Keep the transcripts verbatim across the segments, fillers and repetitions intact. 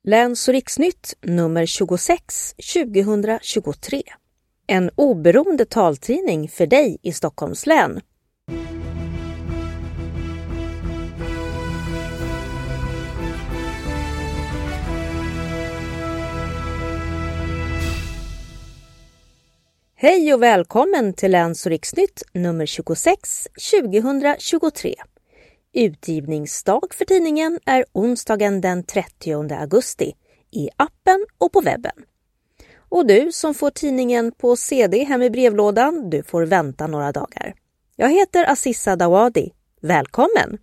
Läns- och riksnytt nummer tjugosex tjugohundratjugotre. En oberoende taltidning för dig i Stockholms län. Hej och välkommen till Läns- och riksnytt nummer tjugosex tjugohundratjugotre. Utgivningsdag för tidningen är onsdagen den trettionde augusti i appen och på webben. Och du som får tidningen på C D hem i brevlådan, du får vänta några dagar. Jag heter Aziza Dawadi. Välkommen!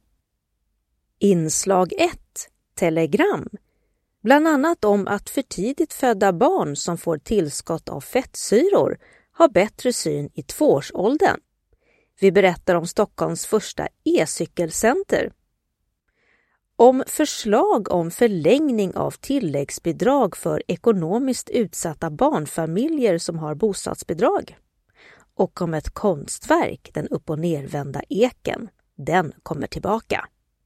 Inslag ett. Telegram. Bland annat om att för tidigt födda barn som får tillskott av fettsyror har bättre syn i tvåårsåldern. Vi berättar om Stockholms första e-cykelcenter. Om förslag om förlängning av tilläggsbidrag för ekonomiskt utsatta barnfamiljer som har bostadsbidrag. Och om ett konstverk, den upp- och nervända eken. Den kommer tillbaka.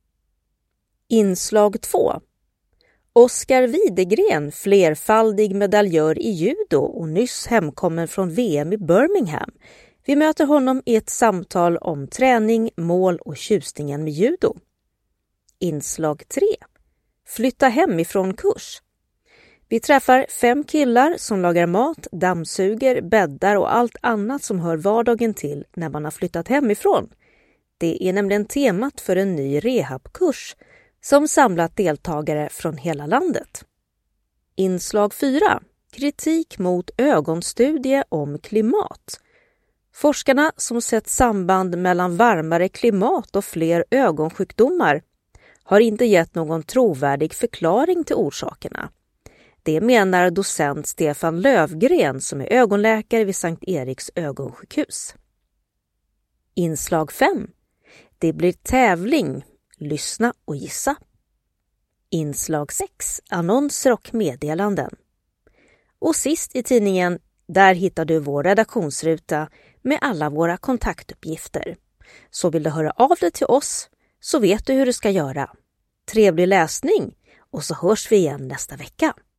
Inslag två. Oskar Widegren, flerfaldig medaljör i judo och nyss hemkommen från V M i Birmingham. Vi möter honom i ett samtal om träning, mål och tjusningen med judo. Inslag tre. Flytta hemifrån kurs. Vi träffar fem killar som lagar mat, dammsuger, bäddar och allt annat som hör vardagen till när man har flyttat hemifrån. Det är nämligen temat för en ny rehabkurs som samlat deltagare från hela landet. Inslag fyra. Kritik mot ögonstudie om klimat. Forskarna som sett samband mellan varmare klimat och fler ögonsjukdomar har inte gett någon trovärdig förklaring till orsakerna. Det menar docent Stefan Lövgren som är ögonläkare vid Sankt Eriks ögonsjukhus. Inslag fem. Det blir tävling. Lyssna och gissa. Inslag sex. Annonser och meddelanden. Och sist i tidningen, där hittar du vår redaktionsruta med alla våra kontaktuppgifter. Så vill du höra av dig till oss så vet du hur du ska göra. Trevlig läsning och så hörs vi igen nästa vecka.